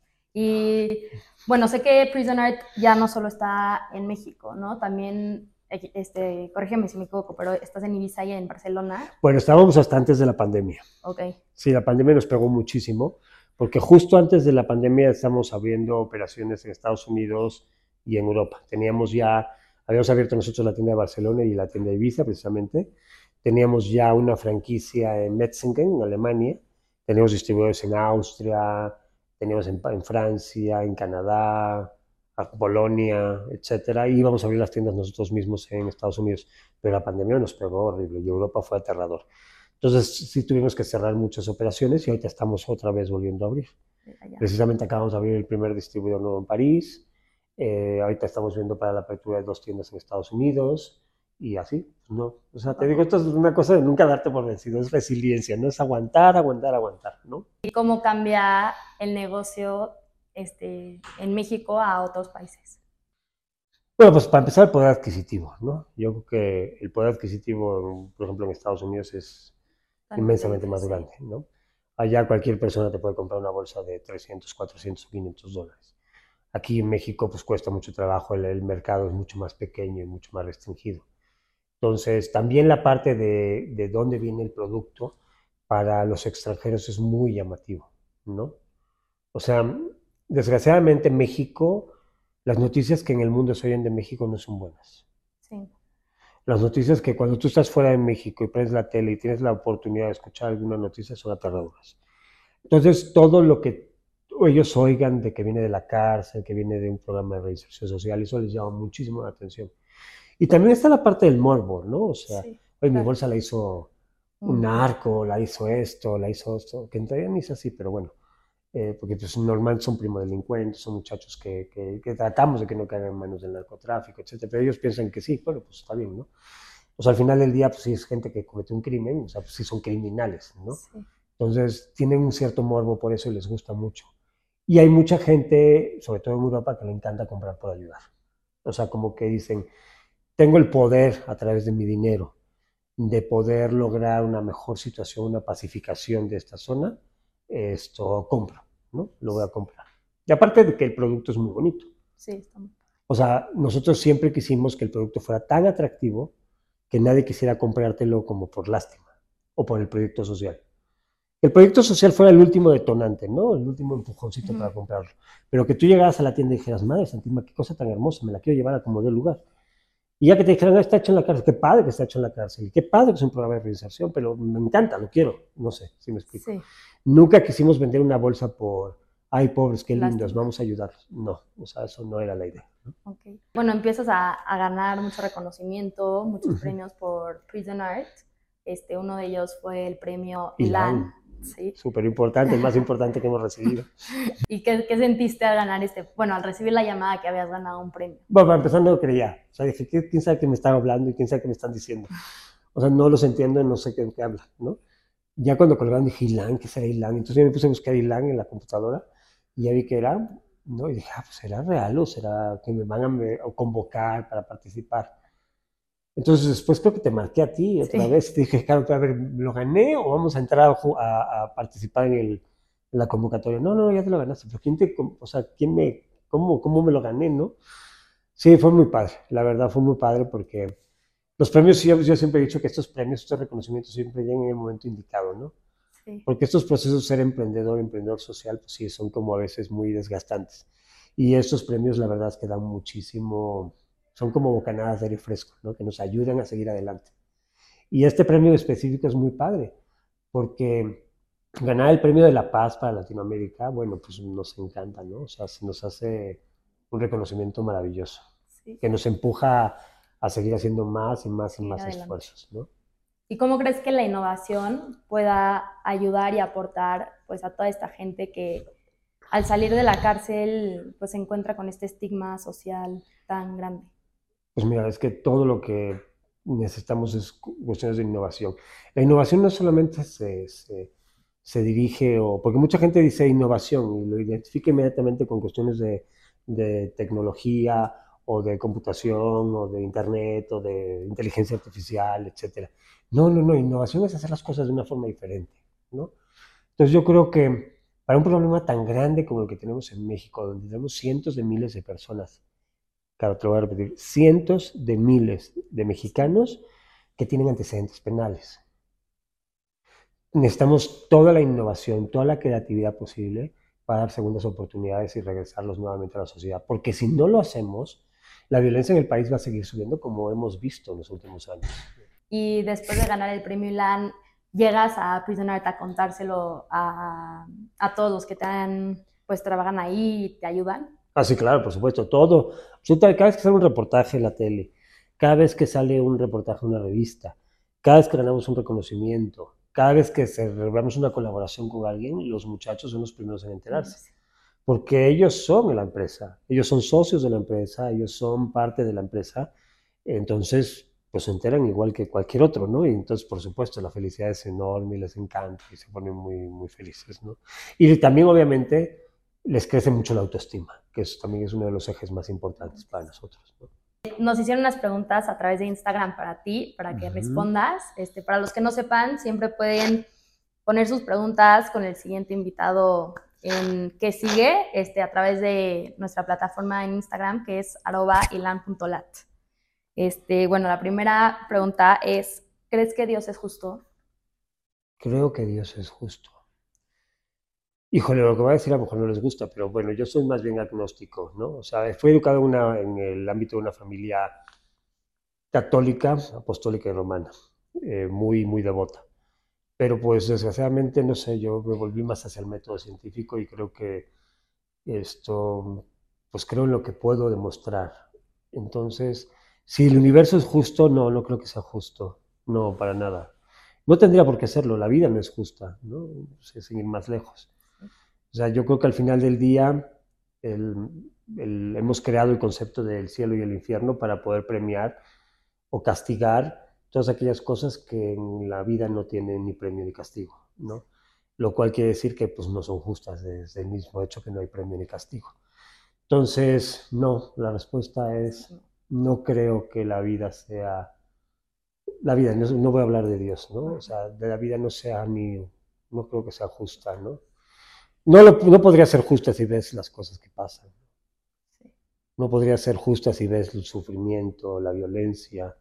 B: Y bueno, sé que Prison Art ya no solo está en México, ¿no? También, corrígeme si me equivoco, pero estás en Ibiza y en Barcelona.
A: Bueno, estábamos hasta antes de la pandemia.
B: Ok.
A: Sí, la pandemia nos pegó muchísimo, porque justo antes de la pandemia estamos abriendo operaciones en Estados Unidos y en Europa. Habíamos abierto nosotros la tienda de Barcelona y la tienda de Ibiza, precisamente. Teníamos ya una franquicia en Metzingen, en Alemania. Teníamos distribuidores en Austria, teníamos en Francia, en Canadá, Polonia, etcétera. Y íbamos a abrir las tiendas nosotros mismos en Estados Unidos. Pero la pandemia nos pegó horrible y Europa fue aterrador. Entonces sí tuvimos que cerrar muchas operaciones y ahorita estamos otra vez volviendo a abrir. Precisamente acabamos de abrir el primer distribuidor nuevo en París. Ahorita estamos viendo para la apertura de 2 tiendas en Estados Unidos y así, ¿no? O sea, te digo, esto es una cosa de nunca darte por vencido, es resiliencia, ¿no? Es aguantar, aguantar, aguantar, ¿no?
B: ¿Y cómo cambia el negocio en México a otros países?
A: Bueno, pues para empezar el poder adquisitivo, ¿no? Yo creo que el poder adquisitivo, por ejemplo, en Estados Unidos es inmensamente más grande, ¿no? Allá cualquier persona te puede comprar una bolsa de 300, 400 o 500 dólares. Aquí en México pues cuesta mucho trabajo, el mercado es mucho más pequeño y mucho más restringido. Entonces, también la parte de dónde viene el producto para los extranjeros es muy llamativo, ¿no? O sea, desgraciadamente México, las noticias que en el mundo se oyen de México no son buenas.
B: Sí.
A: Las noticias que cuando tú estás fuera de México y prendes la tele y tienes la oportunidad de escuchar alguna noticia son aterradoras. Entonces, todo lo que ellos oigan de que viene de la cárcel, que viene de un programa de reinserción social, eso les llama muchísimo la atención. Y también está la parte del morbo, ¿no? O sea,
B: Sí,
A: oye, mi
B: claro.
A: bolsa la hizo un narco, la hizo esto, que en realidad ni es así, pero bueno, porque pues normalmente son primodelincuentes, son muchachos que tratamos de que no caigan en manos del narcotráfico, etcétera, pero ellos piensan que sí, bueno, pues está bien, ¿no? O sea, al final del día, pues sí es gente que comete un crimen, o sea, pues sí son criminales, ¿no?
B: Sí.
A: Entonces, tienen un cierto morbo por eso y les gusta mucho. Y hay mucha gente, sobre todo en Europa, que le encanta comprar por ayudar. O sea, como que dicen, tengo el poder a través de mi dinero de poder lograr una mejor situación, una pacificación de esta zona, esto compro, ¿no? Lo voy a comprar. Y aparte de que el producto es muy bonito.
B: Sí, está muy...
A: O sea, nosotros siempre quisimos que el producto fuera tan atractivo que nadie quisiera comprártelo como por lástima o por el proyecto social. El proyecto social fuera el último detonante, ¿no? El último empujoncito para comprarlo. Pero que tú llegaras a la tienda y dijeras, madre santísima, qué cosa tan hermosa, me la quiero llevar a como dé lugar. Y ya que te dijeran, está hecho en la cárcel, qué padre que está hecho en la cárcel, qué padre que es un programa de reinserción, pero me encanta, lo quiero. No sé si me explico.
B: Sí.
A: Nunca quisimos vender una bolsa por, ay, pobres, qué lindos,
B: Lástima.
A: vamos a ayudarlos. No, o sea, eso no era la idea, ¿no?
B: Okay. Bueno, empiezas a ganar mucho reconocimiento, muchos premios por Prison Art. Uno de ellos fue el premio Ilan. Sí.
A: Súper importante, el más importante que hemos recibido.
B: ¿Y qué sentiste al ganar bueno, al recibir la llamada que habías ganado un premio?
A: Bueno, para empezar no lo creía. O sea, dije, ¿quién sabe qué me están hablando y quién sabe qué me están diciendo? O sea, no los entiendo y no sé qué hablan, ¿no? Ya cuando colgaron dije, Ilan, ¿qué será Ilan? Entonces yo me puse a buscar Ilan en la computadora y ya vi que era, ¿no? Y dije, pues será real o será que me van a convocar para participar. Entonces después creo que te marqué a ti otra
B: Sí,
A: vez, te dije, claro, a ver, ¿lo gané o vamos a entrar a participar en la convocatoria? No, no, ya te lo ganaste, pero o sea, cómo me lo gané, ¿no? Sí, fue muy padre, la verdad fue muy padre porque los premios, yo siempre he dicho que estos premios, estos reconocimientos siempre llegan en el momento indicado, ¿no?
B: sí,
A: Porque estos procesos de ser emprendedor social, pues sí, son como a veces muy desgastantes. Y estos premios, la verdad es que dan muchísimo, son como bocanadas de aire fresco, ¿no? Que nos ayudan a seguir adelante. Y este premio específico es muy padre, porque ganar el premio de la paz para Latinoamérica, bueno, pues nos encanta, ¿no? O sea, se nos hace un reconocimiento maravilloso,
B: sí,
A: que nos empuja a seguir haciendo más y más y
B: seguir
A: más
B: adelante.
A: esfuerzos, ¿no?
B: ¿Y cómo crees que la innovación pueda ayudar y aportar pues a toda esta gente que al salir de la cárcel pues se encuentra con este estigma social tan grande?
A: Pues mira, es que todo lo que necesitamos es cuestiones de innovación. La innovación no solamente se dirige, porque mucha gente dice innovación y lo identifica inmediatamente con cuestiones de tecnología o de computación o de internet o de inteligencia artificial, etcétera. No, no, no, innovación es hacer las cosas de una forma diferente, ¿no? Entonces yo creo que para un problema tan grande como el que tenemos en México, donde tenemos cientos de miles de personas, claro, te lo voy a repetir, cientos de miles de
B: Sí.
A: mexicanos que tienen antecedentes penales. Necesitamos toda la innovación, toda la creatividad posible para dar segundas oportunidades y regresarlos nuevamente a la sociedad. Porque si no lo hacemos, la violencia en el país va a seguir subiendo como hemos visto en los últimos años.
B: Y después de ganar el premio ILAN, llegas a Prison Art a contárselo a todos los que te han, pues trabajan ahí y te ayudan.
A: Ah, sí, claro, por supuesto, todo. Cada vez que sale un reportaje en la tele, cada vez que sale un reportaje en una revista, cada vez que ganamos un reconocimiento, cada vez que celebramos una colaboración con alguien, los muchachos son los primeros en
B: Primero,
A: enterarse.
B: sí.
A: Porque ellos son la empresa, ellos son socios de la empresa, ellos son parte de la empresa, entonces pues se enteran igual que cualquier otro, ¿no? Y entonces, por supuesto, la felicidad es enorme y les encanta y se ponen muy, muy felices, ¿no? Y también, obviamente, les crece mucho la autoestima, que eso también es uno de los ejes más importantes para nosotros, ¿no?
B: Nos hicieron unas preguntas a través de Instagram para ti, para que
A: Ujú.
B: respondas. Para los que no sepan, siempre pueden poner sus preguntas con el siguiente invitado en que sigue a través de nuestra plataforma en Instagram, que es @ilan.lat. Bueno, la primera pregunta es, ¿crees que Dios es justo?
A: Creo que Dios es justo. Híjole, lo que voy a decir a lo mejor no les gusta, pero bueno, yo soy más bien agnóstico, ¿no? O sea, fui educado en el ámbito de una familia católica, apostólica y romana, muy, muy devota. Pero pues desgraciadamente, no sé, yo me volví más hacia el método científico y creo que esto, pues creo en lo que puedo demostrar. Entonces, si el universo es justo, no, no creo que sea justo, no, para nada. No tendría por qué serlo, la vida no es justa, ¿no? Sin ir más lejos. O sea, yo creo que al final del día el- hemos creado el concepto del cielo y el infierno para poder premiar o castigar todas aquellas cosas que en la vida no tienen ni premio ni castigo, ¿no? Lo cual quiere decir que pues no son justas desde el mismo hecho que no hay premio ni castigo. Entonces, no, la respuesta es no creo que la vida sea, la vida, no, no voy a hablar de Dios, ¿no? O sea, de la vida no sea ni, no creo que sea justa, ¿no? No podría ser justa si ves las cosas que pasan. No podría ser justa si ves el sufrimiento, la violencia,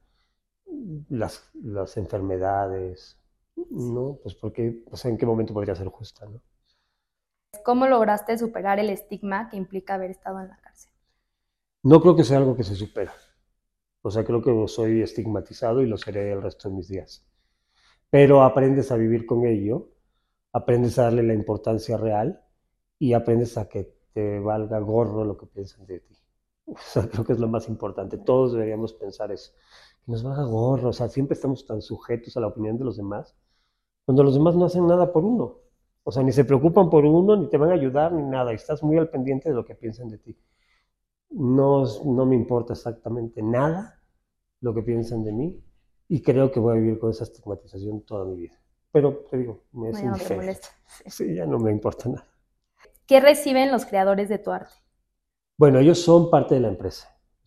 A: las enfermedades, ¿no? Pues porque, o sea, ¿en qué momento podría ser justa, no?
B: ¿Cómo lograste superar el estigma que implica haber estado en la cárcel?
A: No creo que sea algo que se supera. O sea, creo que soy estigmatizado y lo seré el resto de mis días. Pero aprendes a vivir con ello, aprendes a darle la importancia real y aprendes a que te valga gorro lo que piensan de ti. O sea, creo que es lo más importante. Todos deberíamos pensar eso. Que nos valga gorro. O sea, siempre estamos tan sujetos a la opinión de los demás cuando los demás no hacen nada por uno. O sea, ni se preocupan por uno, ni te van a ayudar, ni nada. Y estás muy al pendiente de lo que piensan de ti. No, no me importa exactamente nada lo que piensan de mí y creo que voy a vivir con esa estigmatización toda mi vida. Pero te digo, me
B: No,
A: es
B: ya no te
A: indiferente.
B: molesta. Sí.
A: Sí, ya no me importa nada.
B: ¿Qué reciben los creadores de tu arte?
A: Bueno, ellos son parte de la empresa. O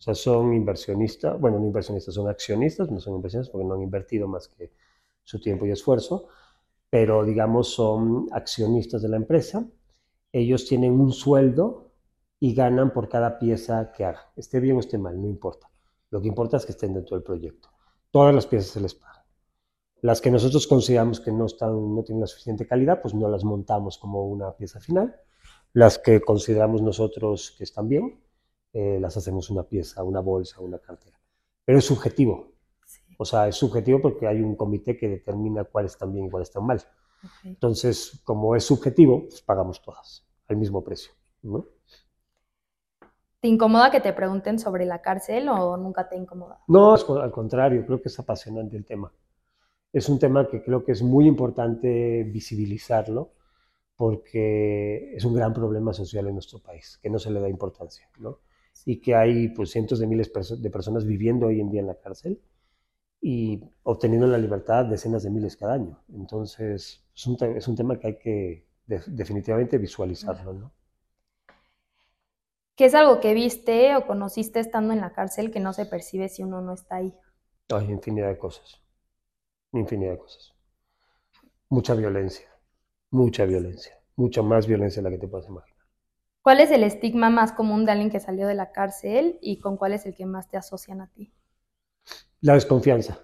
A: sea, son inversionistas, bueno, no inversionistas, son accionistas, no son inversionistas porque no han invertido más que su tiempo y esfuerzo, pero digamos son accionistas de la empresa. Ellos tienen un sueldo y ganan por cada pieza que hagan. Esté bien o esté mal, no importa. Lo que importa es que estén dentro del proyecto. Todas las piezas se les pagan. Las que nosotros consideramos que no tienen la suficiente calidad, pues no las montamos como una pieza final. Las que consideramos nosotros que están bien, las hacemos una pieza, una bolsa, una cartera. Pero es subjetivo.
B: Sí.
A: O sea, es subjetivo porque hay un comité que determina cuáles están bien y cuáles están mal.
B: Okay.
A: Entonces, como es subjetivo, pues pagamos todas al mismo precio, ¿no?
B: ¿Te incomoda que te pregunten sobre la cárcel o nunca te incomoda?
A: No, al contrario, creo que es apasionante el tema. Es un tema que creo que es muy importante visibilizarlo porque es un gran problema social en nuestro país, que no se le da importancia, ¿no? Y que hay pues, cientos de miles de personas viviendo hoy en día en la cárcel y obteniendo la libertad decenas de miles cada año. Entonces, es un tema que hay que definitivamente visualizarlo, ¿no?
B: ¿Qué es algo que viste o conociste estando en la cárcel que no se percibe si uno no está ahí?
A: Hay infinidad de cosas, infinidad de cosas. Mucha violencia, mucha más violencia de la que te puedas imaginar.
B: ¿Cuál es el estigma más común de alguien que salió de la cárcel y con cuál es el que más te asocian a ti?
A: La desconfianza.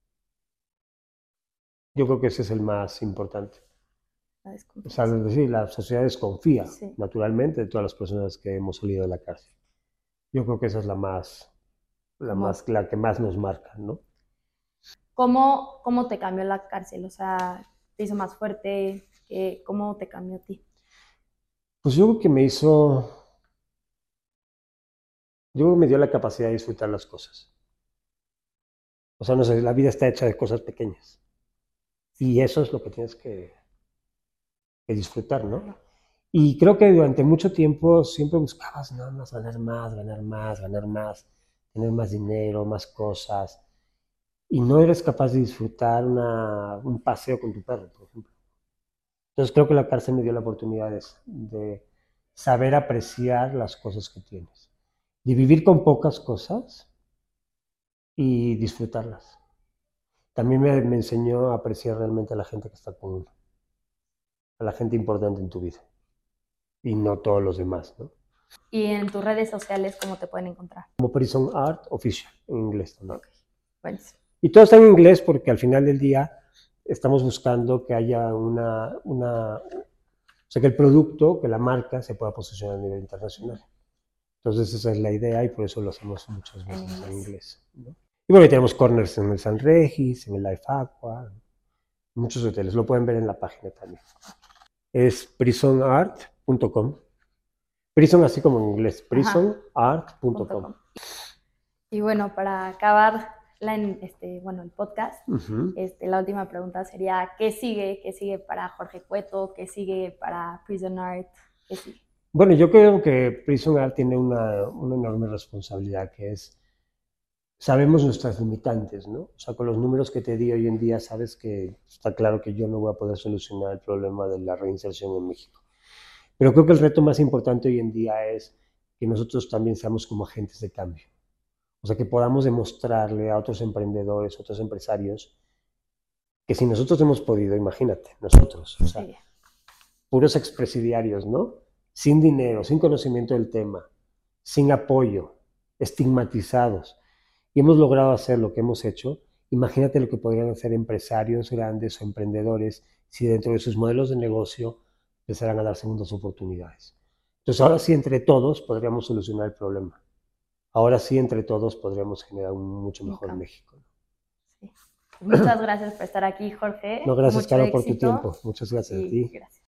A: Yo creo que ese es el más importante.
B: La
A: O sea,
B: desconfianza.
A: es decir, la sociedad desconfía,
B: Sí.
A: naturalmente, de todas las personas que hemos salido de la cárcel. Yo creo que esa es la que más nos marca, ¿no?
B: ¿Cómo te cambió la cárcel? O sea, ¿te hizo más fuerte? ¿Cómo te cambió a ti?
A: Pues yo creo que me dio la capacidad de disfrutar las cosas. O sea, no sé, la vida está hecha de cosas pequeñas. Y eso es lo que tienes que disfrutar, ¿no? Y creo que durante mucho tiempo siempre buscabas nada más ganar más, ganar más, ganar más, tener más dinero, más cosas. Y no eres capaz de disfrutar un paseo con tu perro, por ejemplo. Entonces creo que la cárcel me dio la oportunidad de saber apreciar las cosas que tienes, de vivir con pocas cosas y disfrutarlas. También me enseñó a apreciar realmente a la gente que está con uno, a la gente importante en tu vida y no todos los demás, ¿no?
B: Y en tus redes sociales, ¿cómo te pueden encontrar?
A: Como Prison Art Official, en inglés también.
B: Okay. Buenísimo.
A: Y todo está en inglés porque al final del día estamos buscando que haya o sea, que el producto, que la marca se pueda posicionar a nivel internacional. Entonces esa es la idea y por eso lo hacemos muchas veces en inglés, ¿no? Y bueno, tenemos corners en el San Regis, en el Life Aqua, muchos hoteles, lo pueden ver en la página también. Es prisonart.com. Prison así como en inglés, prisonart.com.
B: Y bueno, para acabar el podcast,
A: Uh-huh.
B: la última pregunta sería, ¿qué sigue? ¿Qué sigue para Jorge Cueto? ¿Qué sigue para Prison Art? ¿Qué sigue?
A: Bueno, yo creo que Prison Art tiene una enorme responsabilidad, que es, sabemos nuestras limitantes, ¿no? O sea, con los números que te di hoy en día, sabes que está claro que yo no voy a poder solucionar el problema de la reinserción en México. Pero creo que el reto más importante hoy en día es que nosotros también seamos como agentes de cambio. O sea, que podamos demostrarle a otros emprendedores, otros empresarios, que si nosotros hemos podido, imagínate, nosotros, o sea, puros expresidiarios, ¿no? Sin dinero, sin conocimiento del tema, sin apoyo, estigmatizados, y hemos logrado hacer lo que hemos hecho, imagínate lo que podrían hacer empresarios grandes o emprendedores si dentro de sus modelos de negocio empezaran a dar segundas oportunidades. Entonces, ahora sí, entre todos podríamos solucionar el problema. Ahora sí, entre todos podríamos generar un mucho mejor México.
B: Sí. Muchas gracias por estar aquí, Jorge.
A: No, gracias,
B: Mucho
A: Caro, por tu
B: éxito.
A: tiempo. Muchas gracias a ti.
B: Gracias.